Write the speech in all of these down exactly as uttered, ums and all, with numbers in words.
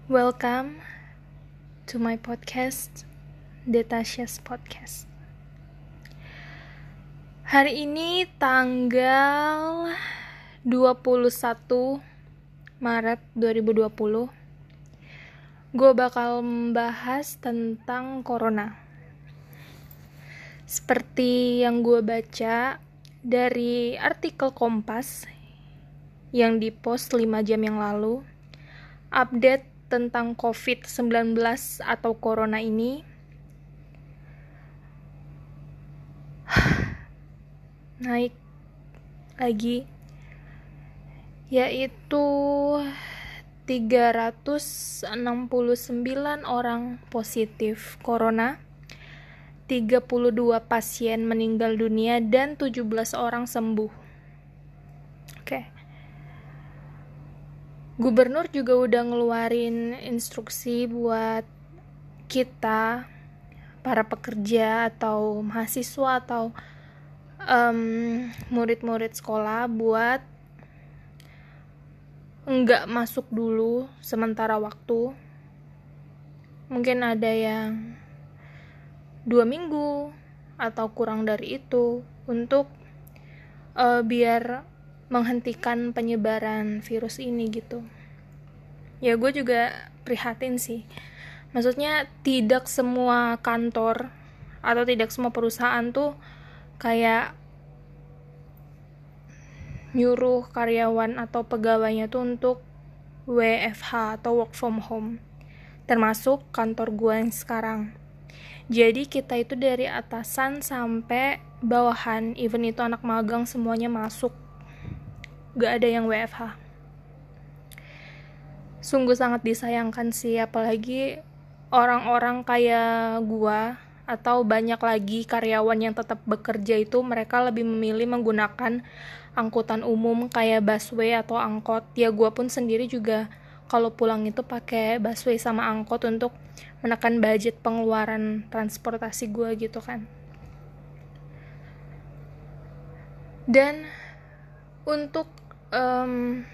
Welcome to my podcast, Detasha's Podcast. Hari ini tanggal dua puluh satu Maret dua ribu dua puluh. Gue bakal membahas tentang corona. Seperti yang gue baca dari artikel Kompas yang dipost lima jam yang lalu, update tentang covid sembilan belas atau corona ini naik lagi, yaitu tiga ratus enam puluh sembilan orang positif corona, tiga puluh dua pasien meninggal dunia, dan tujuh belas orang sembuh. Oke. Gubernur juga udah ngeluarin instruksi buat kita, para pekerja atau mahasiswa atau um, murid-murid sekolah buat enggak masuk dulu sementara waktu. Mungkin ada yang dua minggu atau kurang dari itu untuk uh, biar menghentikan penyebaran virus ini gitu. Ya gue juga prihatin sih. Maksudnya tidak semua kantor atau tidak semua perusahaan tuh kayak nyuruh karyawan atau pegawainya tuh untuk W F H atau work from home. Termasuk kantor gue yang sekarang. Jadi kita itu dari atasan sampai bawahan, even itu anak magang, semuanya masuk. Gak ada yang W F H. Sungguh sangat disayangkan sih, apalagi orang-orang kayak gua atau banyak lagi karyawan yang tetap bekerja itu mereka lebih memilih menggunakan angkutan umum kayak busway atau angkot. Ya gua pun sendiri juga kalau pulang itu pakai busway sama angkot untuk menekan budget pengeluaran transportasi gua gitu kan. Dan untuk um,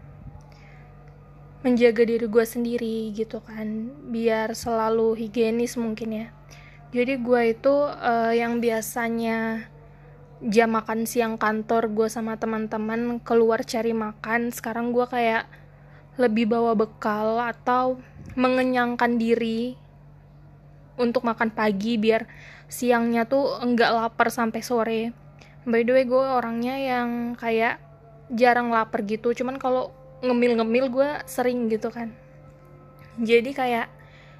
menjaga diri gue sendiri gitu kan, biar selalu higienis mungkin ya. Jadi gue itu uh, yang biasanya jam makan siang kantor gue sama teman-teman keluar cari makan, sekarang gue kayak lebih bawa bekal atau mengenyangkan diri untuk makan pagi biar siangnya tuh enggak lapar sampai sore. By the way, gue orangnya yang kayak jarang lapar gitu, cuman kalau ngemil-ngemil gue sering gitu kan. Jadi kayak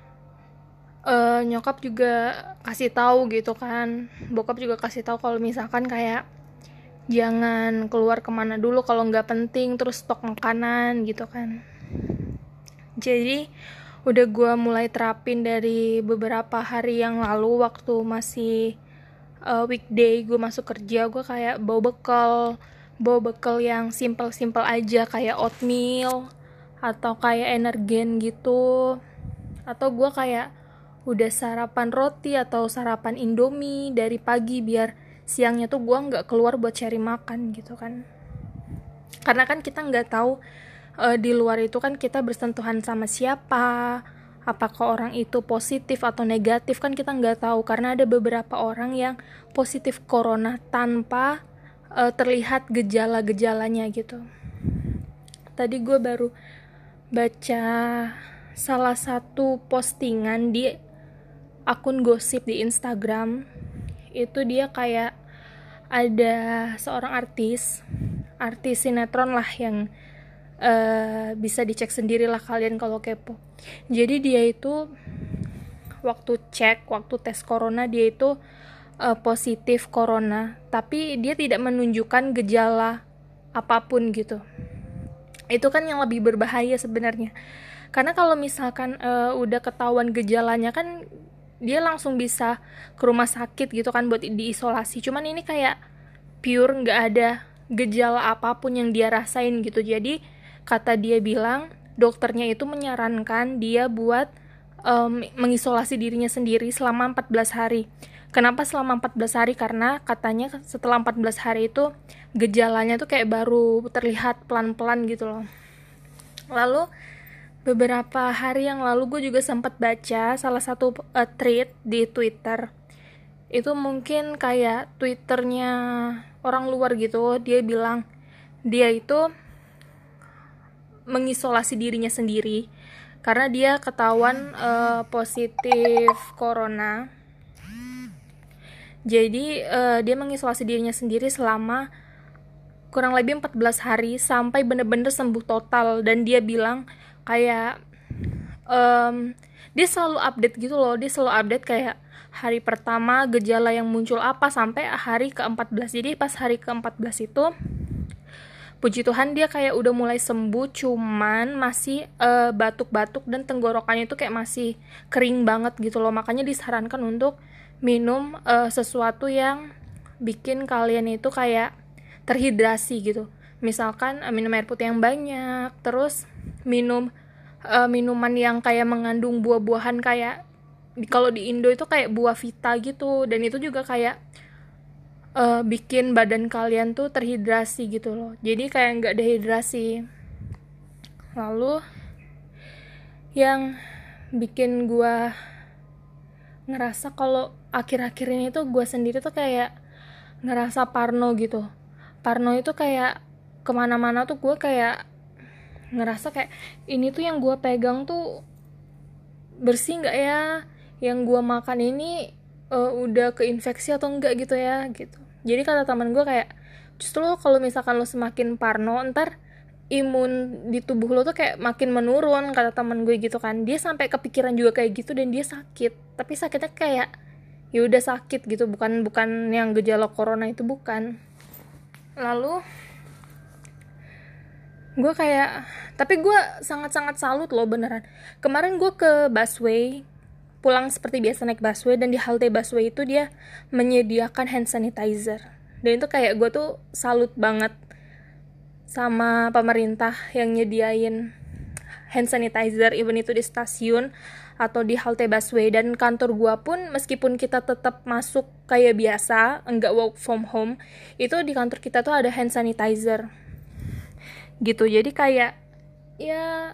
uh, nyokap juga kasih tahu gitu kan, bokap juga kasih tahu kalau misalkan kayak jangan keluar kemana dulu kalau nggak penting, terus stok makanan gitu kan. Jadi udah gue mulai terapin dari beberapa hari yang lalu waktu masih uh, weekday gue masuk kerja. Gue kayak bawa bekal bawa bekal yang simple-simple aja kayak oatmeal atau kayak energen gitu, atau gue kayak udah sarapan roti atau sarapan indomie dari pagi biar siangnya tuh gue nggak keluar buat cari makan gitu kan. Karena kan kita nggak tahu uh, di luar itu kan kita bersentuhan sama siapa, apakah orang itu positif atau negatif kan kita nggak tahu, karena ada beberapa orang yang positif corona tanpa Uh, terlihat gejala-gejalanya gitu. Tadi gue baru baca salah satu postingan di akun gosip di Instagram. Itu dia kayak ada seorang artis, artis sinetron lah yang uh, bisa dicek sendiri lah kalian kalau kepo. Jadi dia itu waktu cek, waktu tes corona dia itu Uh, positif corona, tapi dia tidak menunjukkan gejala apapun gitu. Itu kan yang lebih berbahaya sebenarnya, karena kalau misalkan uh, udah ketahuan gejalanya kan dia langsung bisa ke rumah sakit gitu kan buat diisolasi. Cuman ini kayak pure nggak ada gejala apapun yang dia rasain gitu. Jadi kata dia bilang dokternya itu menyarankan dia buat um, mengisolasi dirinya sendiri selama empat belas hari. Kenapa selama empat belas hari? Karena katanya setelah empat belas hari itu gejalanya tuh kayak baru terlihat pelan-pelan gitu loh. Lalu Beberapa hari yang lalu gue juga sempat baca salah satu uh, tweet di Twitter. Itu mungkin kayak Twitternya orang luar gitu. Dia bilang dia itu mengisolasi dirinya sendiri karena dia ketahuan uh, positif corona. Jadi uh, dia mengisolasi dirinya sendiri selama kurang lebih empat belas hari sampai bener-bener sembuh total. Dan dia bilang kayak um, dia selalu update gitu loh. Dia selalu update kayak hari pertama gejala yang muncul apa sampai hari ke empat belas. Jadi pas hari ke empat belas itu puji Tuhan dia kayak udah mulai sembuh, cuman masih uh, batuk-batuk dan tenggorokannya itu kayak masih kering banget gitu loh. Makanya disarankan untuk minum uh, sesuatu yang bikin kalian itu kayak terhidrasi gitu. Misalkan uh, minum air putih yang banyak, terus minum uh, minuman yang kayak mengandung buah-buahan kayak kalau di Indo itu kayak buah vita gitu, dan itu juga kayak uh, bikin badan kalian tuh terhidrasi gitu loh. Jadi kayak nggak dehidrasi. Lalu yang bikin gua ngerasa kalau akhir-akhir ini tuh gue sendiri tuh kayak ngerasa parno gitu. Parno itu kayak kemana-mana tuh gue kayak ngerasa kayak ini tuh yang gue pegang tuh bersih nggak ya, yang gue makan ini uh, udah keinfeksi atau enggak gitu ya gitu. Jadi kata teman gue kayak justru kalau misalkan lo semakin parno, ntar imun di tubuh lo tuh kayak makin menurun, kata teman gue gitu kan. Dia sampai kepikiran juga kayak gitu dan dia sakit, tapi sakitnya kayak ya udah sakit gitu, bukan bukan yang gejala corona itu, bukan. Lalu gue kayak, tapi gue sangat-sangat salut loh beneran. Kemarin gue ke busway, pulang seperti biasa naik busway, dan di halte busway itu dia menyediakan hand sanitizer. Dan itu kayak gue tuh salut banget sama pemerintah yang nyediain hand sanitizer, even itu di stasiun atau di halte busway. Dan kantor gua pun meskipun kita tetap masuk kayak biasa, enggak work from home, itu di kantor kita tuh ada hand sanitizer gitu. Jadi kayak ya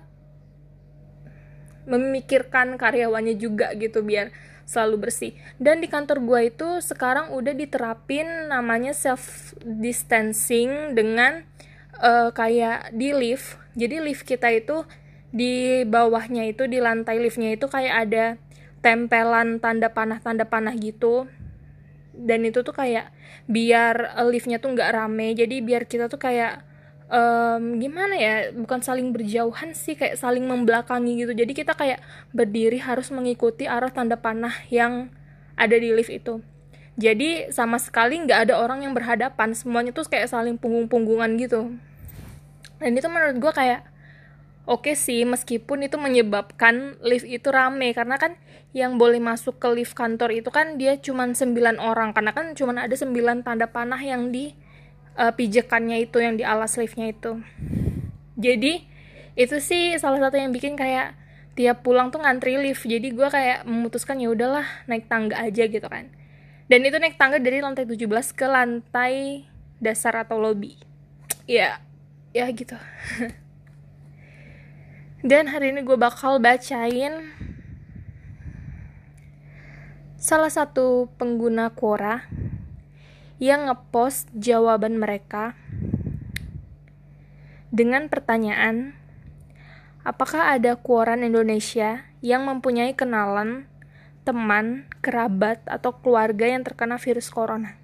memikirkan karyawannya juga gitu biar selalu bersih. Dan di kantor gua itu sekarang udah diterapin namanya self distancing dengan uh, kayak di lift. Jadi lift kita itu di bawahnya itu, di lantai liftnya itu kayak ada tempelan tanda panah-tanda panah gitu. Dan itu tuh kayak biar liftnya tuh nggak rame. Jadi biar kita tuh kayak um, gimana ya, bukan saling berjauhan sih, kayak saling membelakangi gitu. Jadi kita kayak berdiri harus mengikuti arah tanda panah yang ada di lift itu. Jadi sama sekali nggak ada orang yang berhadapan, semuanya tuh kayak saling punggung-punggungan gitu. Dan itu menurut gue kayak oke okay sih, meskipun itu menyebabkan lift itu rame, karena kan yang boleh masuk ke lift kantor itu kan dia cuma sembilan orang, karena kan cuma ada sembilan tanda panah yang di uh, pijakannya itu, yang di alas liftnya itu. Jadi itu sih salah satu yang bikin kayak tiap pulang tuh ngantri lift. Jadi gue kayak memutuskan ya udahlah naik tangga aja gitu kan. Dan itu naik tangga dari lantai tujuh belas ke lantai dasar atau lobby. Ya, ya gitu. Dan hari ini gue bakal bacain salah satu pengguna Quora yang ngepost jawaban mereka dengan pertanyaan, apakah ada Quoran Indonesia yang mempunyai kenalan, teman, kerabat, atau keluarga yang terkena virus corona?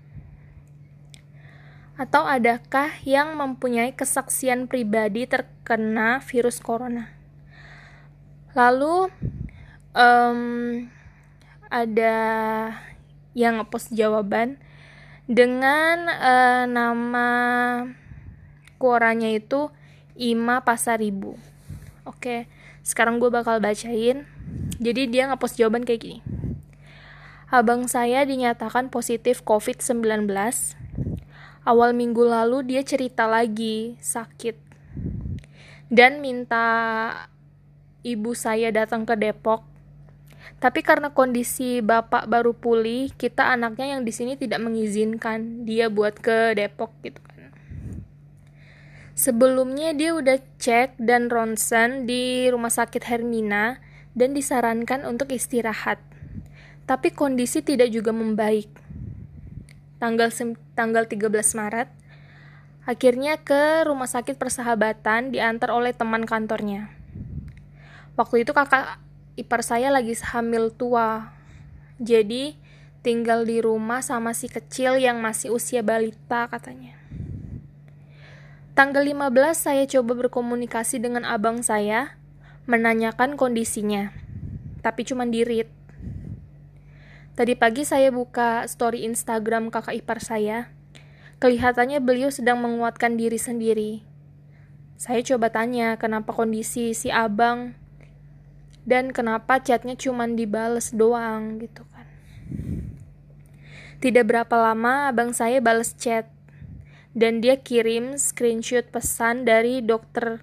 Atau adakah yang mempunyai kesaksian pribadi terkena virus corona? Lalu um, ada yang ngepost jawaban dengan uh, nama Quoranya itu Ima Pasaribu. Oke, sekarang gue bakal bacain. Jadi dia ngepost jawaban kayak gini. Abang saya dinyatakan positif covid sembilan belas. Awal minggu lalu dia cerita lagi sakit dan minta ibu saya datang ke Depok. Tapi karena kondisi bapak baru pulih, kita anaknya yang di sini tidak mengizinkan dia buat ke Depok gitu kan. Sebelumnya dia udah cek dan ronsen di rumah sakit Hermina dan disarankan untuk istirahat. Tapi kondisi tidak juga membaik. Tanggal tanggal tiga belas Maret, akhirnya ke rumah sakit Persahabatan diantar oleh teman kantornya. Waktu itu kakak ipar saya lagi hamil tua. Jadi tinggal di rumah sama si kecil yang masih usia balita katanya. Tanggal lima belas saya coba berkomunikasi dengan abang saya, menanyakan kondisinya, tapi cuma di-read. Tadi pagi saya buka story Instagram kakak ipar saya, kelihatannya beliau sedang menguatkan diri sendiri. Saya coba tanya kenapa kondisi si abang, dan kenapa chatnya cuma dibales doang gitu kan. Tidak berapa lama abang saya bales chat, dan dia kirim screenshot pesan dari dokter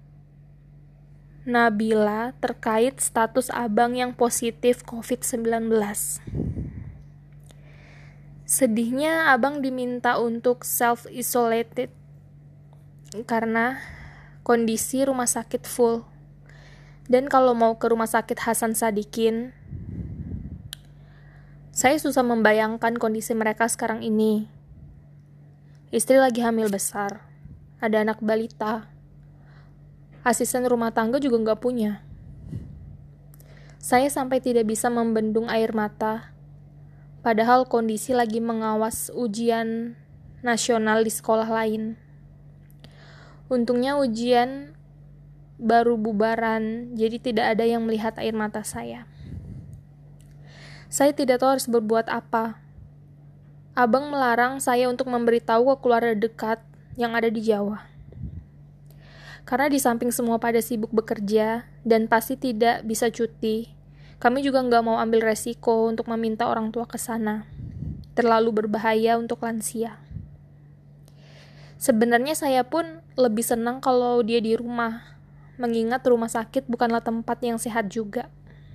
Nabila terkait status abang yang positif covid sembilan belas. Sedihnya abang diminta untuk self-isolated karena kondisi rumah sakit full. Dan kalau mau ke rumah sakit Hasan Sadikin, saya susah membayangkan kondisi mereka sekarang ini. Istri lagi hamil besar, ada anak balita, asisten rumah tangga juga nggak punya. Saya sampai tidak bisa membendung air mata, padahal kondisi lagi mengawas ujian nasional di sekolah lain. Untungnya ujian baru bubaran, jadi tidak ada yang melihat air mata saya. Saya tidak tahu harus berbuat apa. Abang melarang saya untuk memberitahu ke keluarga dekat yang ada di Jawa. Karena di samping semua pada sibuk bekerja dan pasti tidak bisa cuti, kami juga nggak mau ambil resiko untuk meminta orang tua ke sana. Terlalu berbahaya untuk lansia. Sebenarnya saya pun lebih senang kalau dia di rumah, mengingat rumah sakit bukanlah tempat yang sehat juga.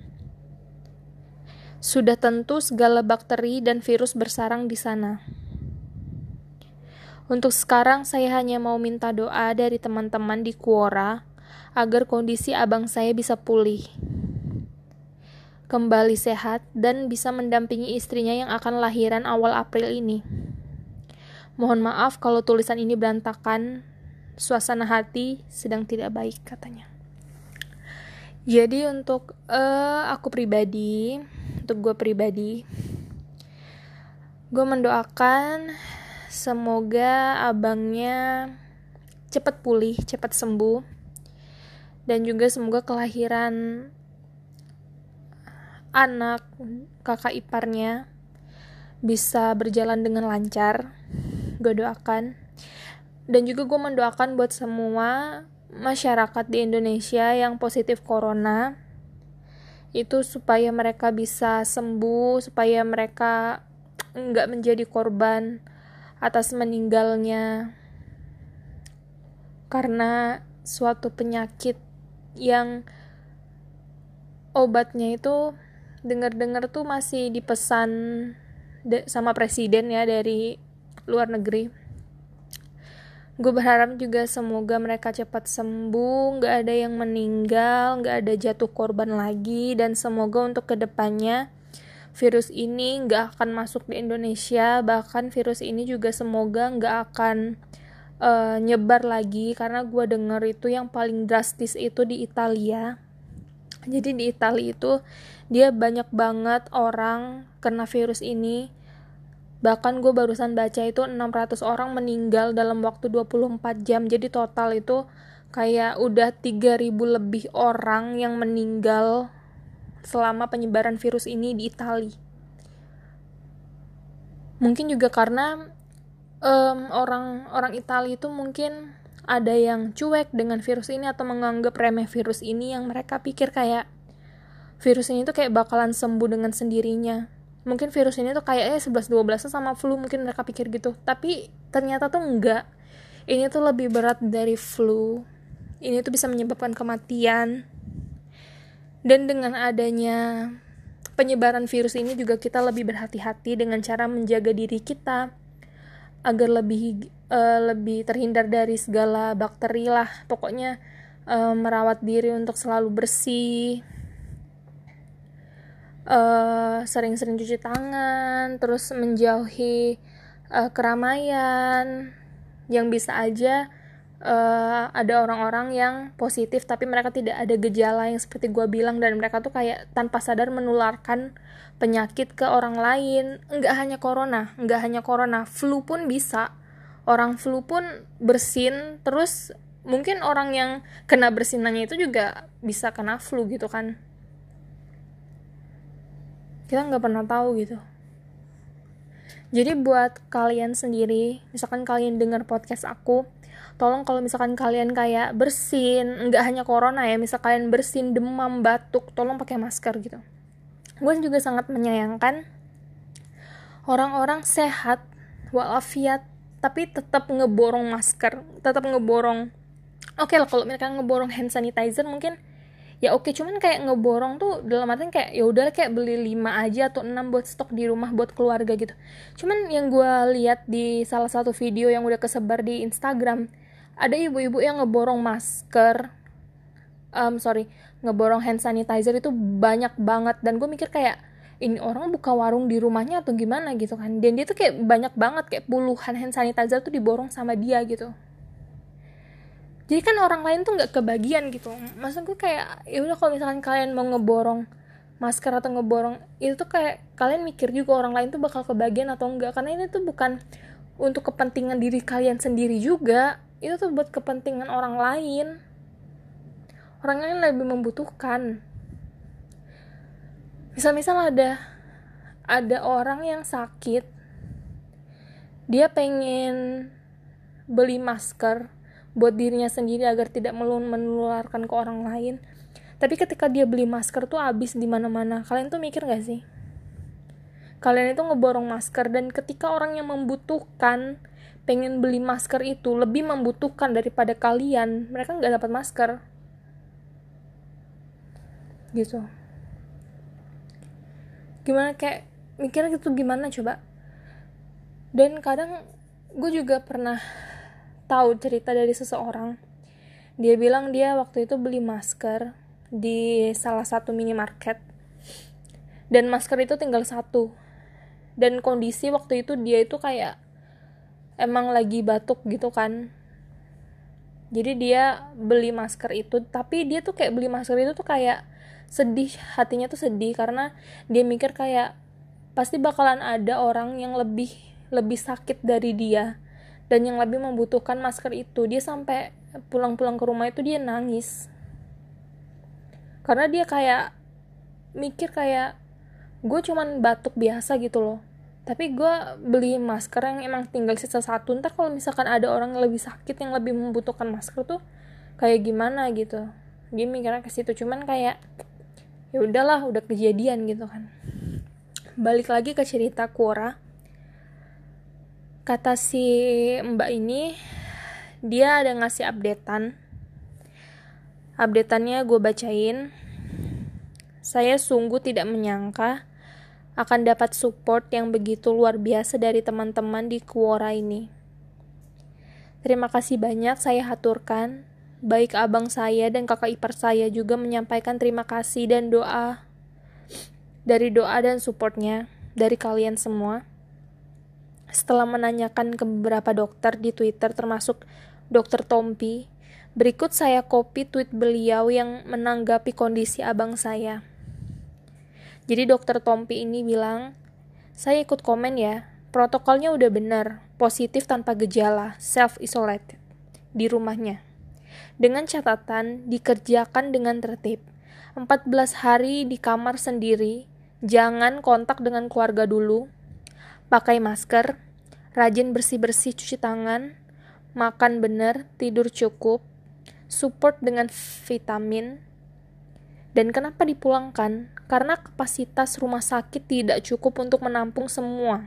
Sudah tentu segala bakteri dan virus bersarang di sana. Untuk sekarang saya hanya mau minta doa dari teman-teman di Quora agar kondisi abang saya bisa pulih, kembali sehat, dan bisa mendampingi istrinya yang akan lahiran awal April ini. Mohon maaf kalau tulisan ini berantakan, suasana hati sedang tidak baik katanya. Jadi untuk uh, aku pribadi, untuk gue pribadi, gue mendoakan semoga abangnya cepat pulih, cepat sembuh, dan juga semoga kelahiran anak kakak iparnya bisa berjalan dengan lancar. Gue doakan, dan juga gue mendoakan buat semua masyarakat di Indonesia yang positif corona itu supaya mereka bisa sembuh, supaya mereka nggak menjadi korban atas meninggalnya karena suatu penyakit yang obatnya itu dengar-dengar tuh masih dipesan de- sama presiden ya dari luar negeri. Gue berharap juga semoga mereka cepat sembuh, gak ada yang meninggal, gak ada jatuh korban lagi, dan semoga untuk kedepannya virus ini gak akan masuk di Indonesia, bahkan virus ini juga semoga gak akan uh, nyebar lagi, karena gue dengar itu yang paling drastis itu di Italia. Jadi di Italia itu dia banyak banget orang kena virus ini. Bahkan gue barusan baca itu enam ratus orang meninggal dalam waktu dua puluh empat jam. Jadi total itu kayak udah tiga ribu lebih orang yang meninggal selama penyebaran virus ini di Italia. Mungkin juga karena um, orang-orang Italia itu mungkin ada yang cuek dengan virus ini atau menganggap remeh virus ini, yang mereka pikir kayak virus ini tuh kayak bakalan sembuh dengan sendirinya. Mungkin virus ini tuh kayak eh sebelas dua belas sama flu, mungkin mereka pikir gitu. Tapi ternyata tuh enggak. Ini tuh lebih berat dari flu. Ini tuh bisa menyebabkan kematian. Dan dengan adanya penyebaran virus ini juga kita lebih berhati-hati dengan cara menjaga diri kita agar lebih uh, lebih terhindar dari segala bakteri lah. Pokoknya uh, merawat diri untuk selalu bersih, uh, sering-sering cuci tangan, terus menjauhi uh, keramaian yang bisa aja uh, ada orang-orang yang positif tapi mereka tidak ada gejala yang seperti gue bilang, dan mereka tuh kayak tanpa sadar menularkan penyakit ke orang lain. Nggak hanya corona, nggak hanya corona, flu pun bisa. Orang flu pun bersin, terus mungkin orang yang kena bersinannya itu juga bisa kena flu gitu kan. Kita nggak pernah tahu gitu. Jadi buat kalian sendiri, misalkan kalian dengar podcast aku, tolong kalau misalkan kalian kayak bersin, nggak hanya corona ya, misal kalian bersin, demam, batuk, tolong pakai masker gitu. Gue juga sangat menyayangkan orang-orang sehat walafiat tapi tetap ngeborong masker, tetap ngeborong. Oke lah kalau mereka ngeborong hand sanitizer mungkin ya oke, cuman kayak ngeborong tuh dalam artian kayak ya udah kayak beli lima aja atau enam buat stok di rumah buat keluarga gitu. Cuman yang gue lihat di salah satu video yang udah kesebar di Instagram, ada ibu-ibu yang ngeborong masker, um, sorry, ngeborong hand sanitizer itu banyak banget, dan gue mikir kayak ini orang buka warung di rumahnya atau gimana gitu kan. Dan dia tuh kayak banyak banget, kayak puluhan hand sanitizer tuh diborong sama dia gitu. Jadi kan orang lain tuh nggak kebagian gitu. Maksud gue kayak ya udah kalau misalkan kalian mau ngeborong masker atau ngeborong itu tuh kayak kalian mikir juga orang lain tuh bakal kebagian atau enggak, karena ini tuh bukan untuk kepentingan diri kalian sendiri juga, itu tuh buat kepentingan orang lain. Orang lain lebih membutuhkan. Misal-misal ada ada orang yang sakit, dia pengen beli masker buat dirinya sendiri agar tidak menularkan ke orang lain. Tapi ketika dia beli masker tuh habis di mana-mana. Kalian tuh mikir gak sih? Kalian itu ngeborong masker, dan ketika orang yang membutuhkan pengen beli masker itu lebih membutuhkan daripada kalian, mereka nggak dapat masker. Gitu. Gimana kayak mikirnya gitu gimana coba? Dan kadang gue juga pernah tahu cerita dari seseorang. Dia bilang dia waktu itu beli masker di salah satu minimarket, dan masker itu tinggal satu, dan kondisi waktu itu dia itu kayak emang lagi batuk gitu kan. Jadi dia beli masker itu, tapi dia tuh kayak beli masker itu tuh kayak sedih, hatinya tuh sedih karena dia mikir kayak pasti bakalan ada orang yang lebih lebih sakit dari dia dan yang lebih membutuhkan masker itu. Dia sampai pulang-pulang ke rumah itu dia nangis karena dia kayak mikir kayak gue cuman batuk biasa gitu loh, tapi gue beli masker yang emang tinggal sisa satu, ntar kalau misalkan ada orang yang lebih sakit yang lebih membutuhkan masker tuh kayak gimana gitu. Dia mikirnya ke situ. Cuman kayak ya udahlah, udah kejadian gitu kan. Balik lagi ke cerita Quora. Kata si mbak ini, dia ada ngasih updatean. Updateannya gue bacain. Saya sungguh tidak menyangka akan dapat support yang begitu luar biasa dari teman-teman di Quora ini. Terima kasih banyak saya haturkan. Baik abang saya dan kakak ipar saya juga menyampaikan terima kasih dan doa dari doa dan supportnya dari kalian semua. Setelah menanyakan ke beberapa dokter di Twitter termasuk dokter Tompi, berikut saya copy tweet beliau yang menanggapi kondisi abang saya. Jadi dokter Tompi ini bilang, saya ikut komen ya, protokolnya udah benar, positif tanpa gejala, self-isolated di rumahnya. Dengan catatan dikerjakan dengan tertib, empat belas hari di kamar sendiri, jangan kontak dengan keluarga dulu, pakai masker, rajin bersih-bersih cuci tangan, makan benar, tidur cukup, support dengan vitamin. Dan kenapa dipulangkan? Karena kapasitas rumah sakit tidak cukup untuk menampung semua.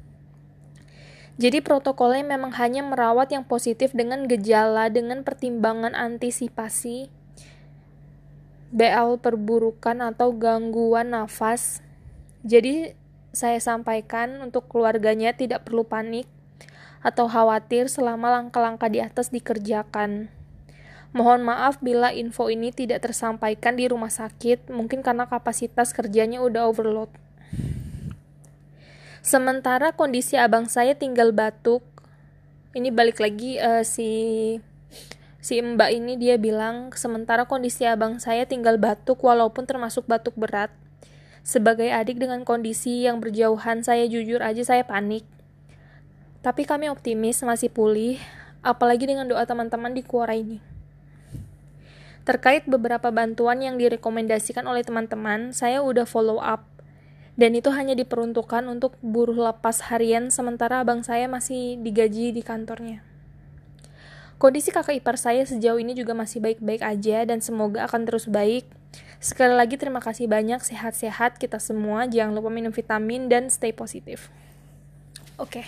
Jadi protokolnya memang hanya merawat yang positif dengan gejala dengan pertimbangan antisipasi B L perburukan atau gangguan nafas. Jadi saya sampaikan untuk keluarganya tidak perlu panik. atau khawatir selama langkah-langkah di atas dikerjakan. Mohon maaf bila info ini tidak tersampaikan di rumah sakit, mungkin karena kapasitas kerjanya udah overload. Sementara kondisi abang saya tinggal batuk. Ini balik lagi uh, si si mbak ini dia bilang, sementara kondisi abang saya tinggal batuk walaupun termasuk batuk berat. Sebagai adik dengan kondisi yang berjauhan, saya jujur aja saya panik. Tapi kami optimis masih pulih, apalagi dengan doa teman-teman di Quora ini. Terkait beberapa bantuan yang direkomendasikan oleh teman-teman, saya udah follow up. Dan itu hanya diperuntukkan untuk buruh lepas harian sementara abang saya masih digaji di kantornya. Kondisi kakak ipar saya sejauh ini juga masih baik-baik aja dan semoga akan terus baik. Sekali lagi terima kasih banyak, sehat-sehat kita semua, jangan lupa minum vitamin dan stay positif. Oke. Okay.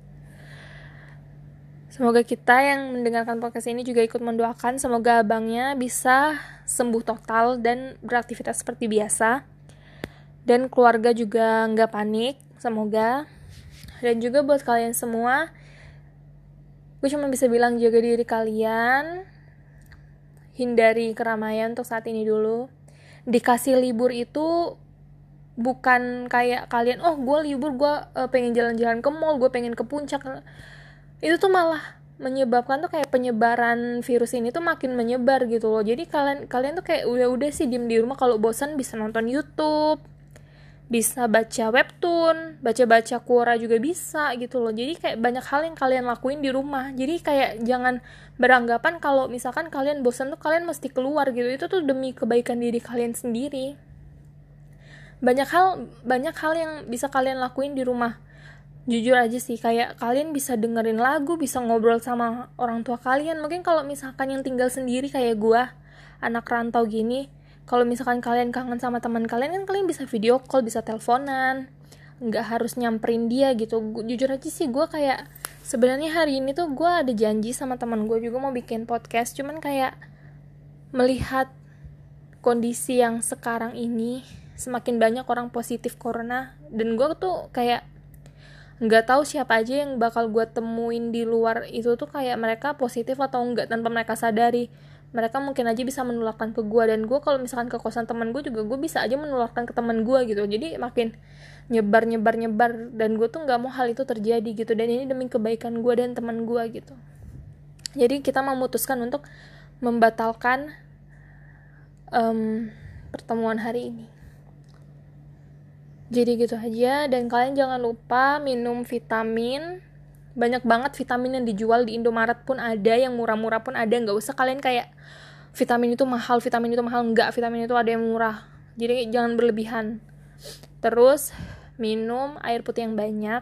Semoga kita yang mendengarkan podcast ini juga ikut mendoakan semoga abangnya bisa sembuh total dan beraktivitas seperti biasa. Dan keluarga juga nggak panik, semoga. Dan juga buat kalian semua, gue cuma bisa bilang jaga diri kalian, hindari keramaian untuk saat ini dulu. Dikasih libur itu bukan kayak kalian, oh gue libur, gue uh, pengen jalan-jalan ke mall, gue pengen ke puncak. Itu tuh malah menyebabkan tuh kayak penyebaran virus ini tuh makin menyebar gitu loh. Jadi kalian kalian tuh kayak udah-udah sih diem di rumah, kalau bosan bisa nonton YouTube, bisa baca webtoon, baca-baca Quora juga bisa gitu loh. Jadi kayak banyak hal yang kalian lakuin di rumah. Jadi kayak jangan beranggapan kalau misalkan kalian bosan tuh kalian mesti keluar gitu. Itu tuh demi kebaikan diri kalian sendiri. Banyak hal banyak hal yang bisa kalian lakuin di rumah. Jujur aja sih, kayak kalian bisa dengerin lagu, bisa ngobrol sama orang tua kalian. Mungkin kalau misalkan yang tinggal sendiri kayak gua, anak rantau gini, kalau misalkan kalian kangen sama teman kalian, kan kalian bisa video call, bisa teleponan, nggak harus nyamperin dia gitu. Jujur aja sih, gue kayak sebenarnya hari ini tuh gue ada janji sama teman gue juga mau bikin podcast, cuman kayak melihat kondisi yang sekarang ini semakin banyak orang positif corona, dan gue tuh kayak nggak tahu siapa aja yang bakal gue temuin di luar itu tuh kayak mereka positif atau enggak tanpa mereka sadari. Mereka mungkin aja bisa menularkan ke gue, dan gue kalau misalkan ke kosan teman gue juga gue bisa aja menularkan ke teman gue gitu. Jadi makin nyebar nyebar nyebar, dan gue tuh nggak mau hal itu terjadi gitu, dan ini demi kebaikan gue dan teman gue gitu. Jadi kita memutuskan untuk membatalkan um, pertemuan hari ini. Jadi gitu aja, dan kalian jangan lupa minum vitamin. Banyak banget vitamin yang dijual di Indomaret pun ada, yang murah-murah pun ada. Nggak usah kalian kayak vitamin itu mahal, vitamin itu mahal. Nggak, vitamin itu ada yang murah. Jadi jangan berlebihan. Terus minum air putih yang banyak.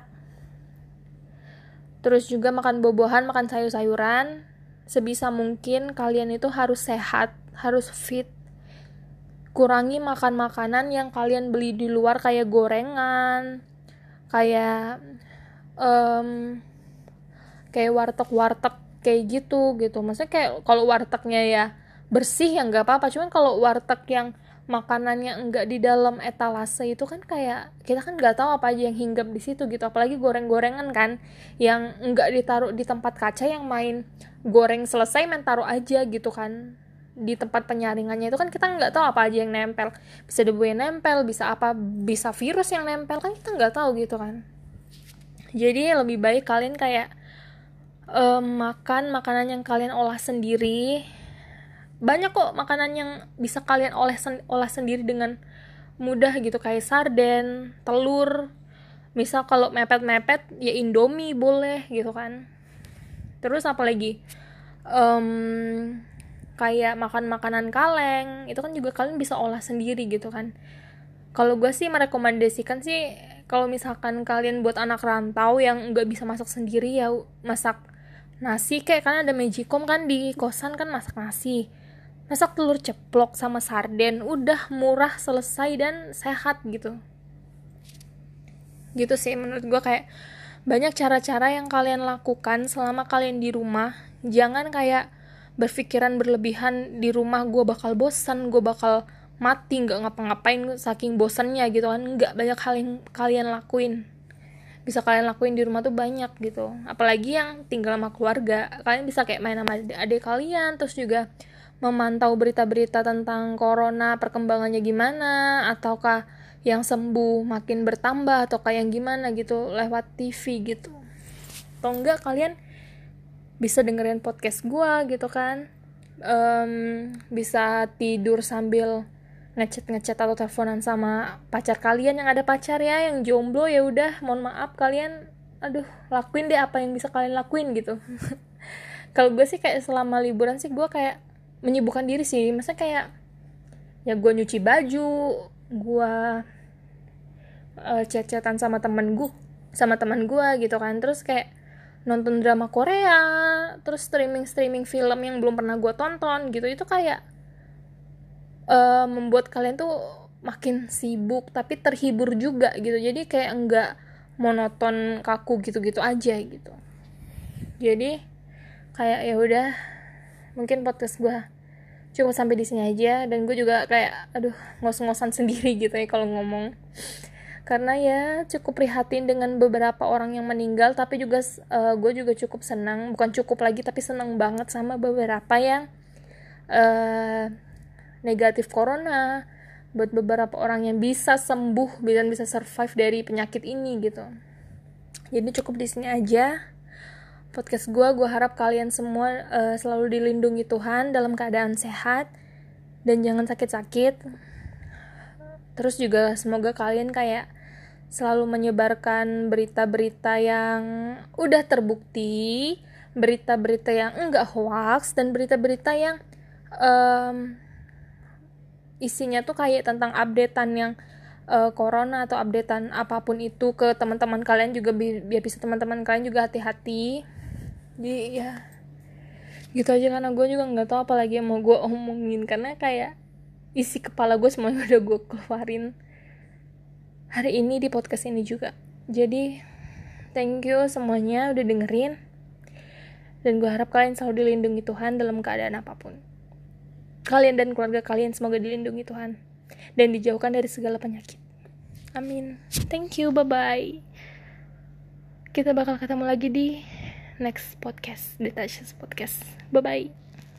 Terus juga makan buah-buahan, makan sayur-sayuran. Sebisa mungkin kalian itu harus sehat, harus fit. Kurangi makan makanan yang kalian beli di luar kayak gorengan, kayak um, kayak warteg-warteg kayak gitu gitu. Maksudnya kayak kalau wartegnya ya bersih ya nggak apa-apa. Cuman kalau warteg yang makanannya enggak di dalam etalase itu kan kayak kita kan nggak tahu apa aja yang hinggap di situ gitu. Apalagi goreng-gorengan kan yang enggak ditaruh di tempat kaca, yang main goreng selesai main taruh aja gitu kan di tempat penyaringannya. Itu kan kita nggak tahu apa aja yang nempel, bisa debu yang nempel, bisa apa, bisa virus yang nempel, kan kita nggak tahu gitu kan. Jadi lebih baik kalian kayak um, makan makanan yang kalian olah sendiri. Banyak kok makanan yang bisa kalian olah, sen- olah sendiri dengan mudah gitu, kayak sarden, telur. Misal kalau mepet-mepet ya Indomie boleh gitu kan. Terus apa lagi? Um, kayak makan makanan kaleng, itu kan juga kalian bisa olah sendiri gitu kan. Kalau gue sih merekomendasikan sih, kalau misalkan kalian buat anak rantau yang nggak bisa masak sendiri, ya masak nasi kayak, kan ada magicom kan di kosan kan, masak nasi, masak telur ceplok sama sarden, udah murah, selesai, dan sehat gitu. Gitu sih menurut gue, kayak banyak cara-cara yang kalian lakukan selama kalian di rumah. Jangan kayak berpikiran berlebihan, di rumah gue bakal bosan, gue bakal mati, nggak ngapa-ngapain saking bosannya gitu kan. Nggak, banyak hal yang kalian lakuin. bisa kalian lakuin di rumah tuh banyak gitu. Apalagi yang tinggal sama keluarga, kalian bisa kayak main sama adik kalian, terus juga memantau berita-berita tentang corona, perkembangannya gimana, ataukah yang sembuh makin bertambah, atau kayak gimana gitu lewat T V gitu. Atau enggak kalian bisa dengerin podcast gua gitu kan, um, bisa tidur sambil ngechat-ngechat atau teleponan sama pacar kalian. Yang ada pacar ya, yang jomblo ya udah mohon maaf, kalian aduh lakuin deh apa yang bisa kalian lakuin gitu. Kalau gue sih kayak selama liburan sih gue kayak menyibukkan diri sih, maksudnya kayak ya gue nyuci baju, gue uh, chat-chatan sama temen gue sama teman gue gitu kan, terus kayak nonton drama Korea, terus streaming-streaming film yang belum pernah gue tonton gitu. Itu kayak Uh, membuat kalian tuh makin sibuk tapi terhibur juga gitu, jadi kayak enggak monoton kaku gitu-gitu aja gitu. Jadi kayak ya udah, mungkin podcast gue cukup sampai di sini aja. Dan gue juga kayak aduh ngos-ngosan sendiri gitu ya kalau ngomong, karena ya cukup prihatin dengan beberapa orang yang meninggal, tapi juga uh, gue juga cukup senang, bukan cukup lagi tapi senang banget sama beberapa yang uh, negatif corona, buat beberapa orang yang bisa sembuh dan bisa survive dari penyakit ini gitu. Jadi cukup di sini aja podcast gue. Gue harap kalian semua uh, selalu dilindungi Tuhan dalam keadaan sehat dan jangan sakit-sakit. Terus juga semoga kalian kayak selalu menyebarkan berita-berita yang udah terbukti, berita-berita yang enggak hoax, dan berita-berita yang um, isinya tuh kayak tentang updatean yang uh, corona atau updatean apapun itu ke teman-teman kalian juga, bi- biar bisa teman-teman kalian juga hati-hati. Jadi ya gitu aja, karena gue juga nggak tahu apa lagi yang mau gue omongin, karena kayak isi kepala gue semuanya udah gue keluarin hari ini di podcast ini juga. Jadi thank you semuanya udah dengerin, dan gue harap kalian selalu dilindungi Tuhan dalam keadaan apapun. Kalian dan keluarga kalian semoga dilindungi Tuhan dan dijauhkan dari segala penyakit. Amin. Thank you, bye-bye. Kita bakal ketemu lagi di next podcast, Detachus Podcast. Bye-bye.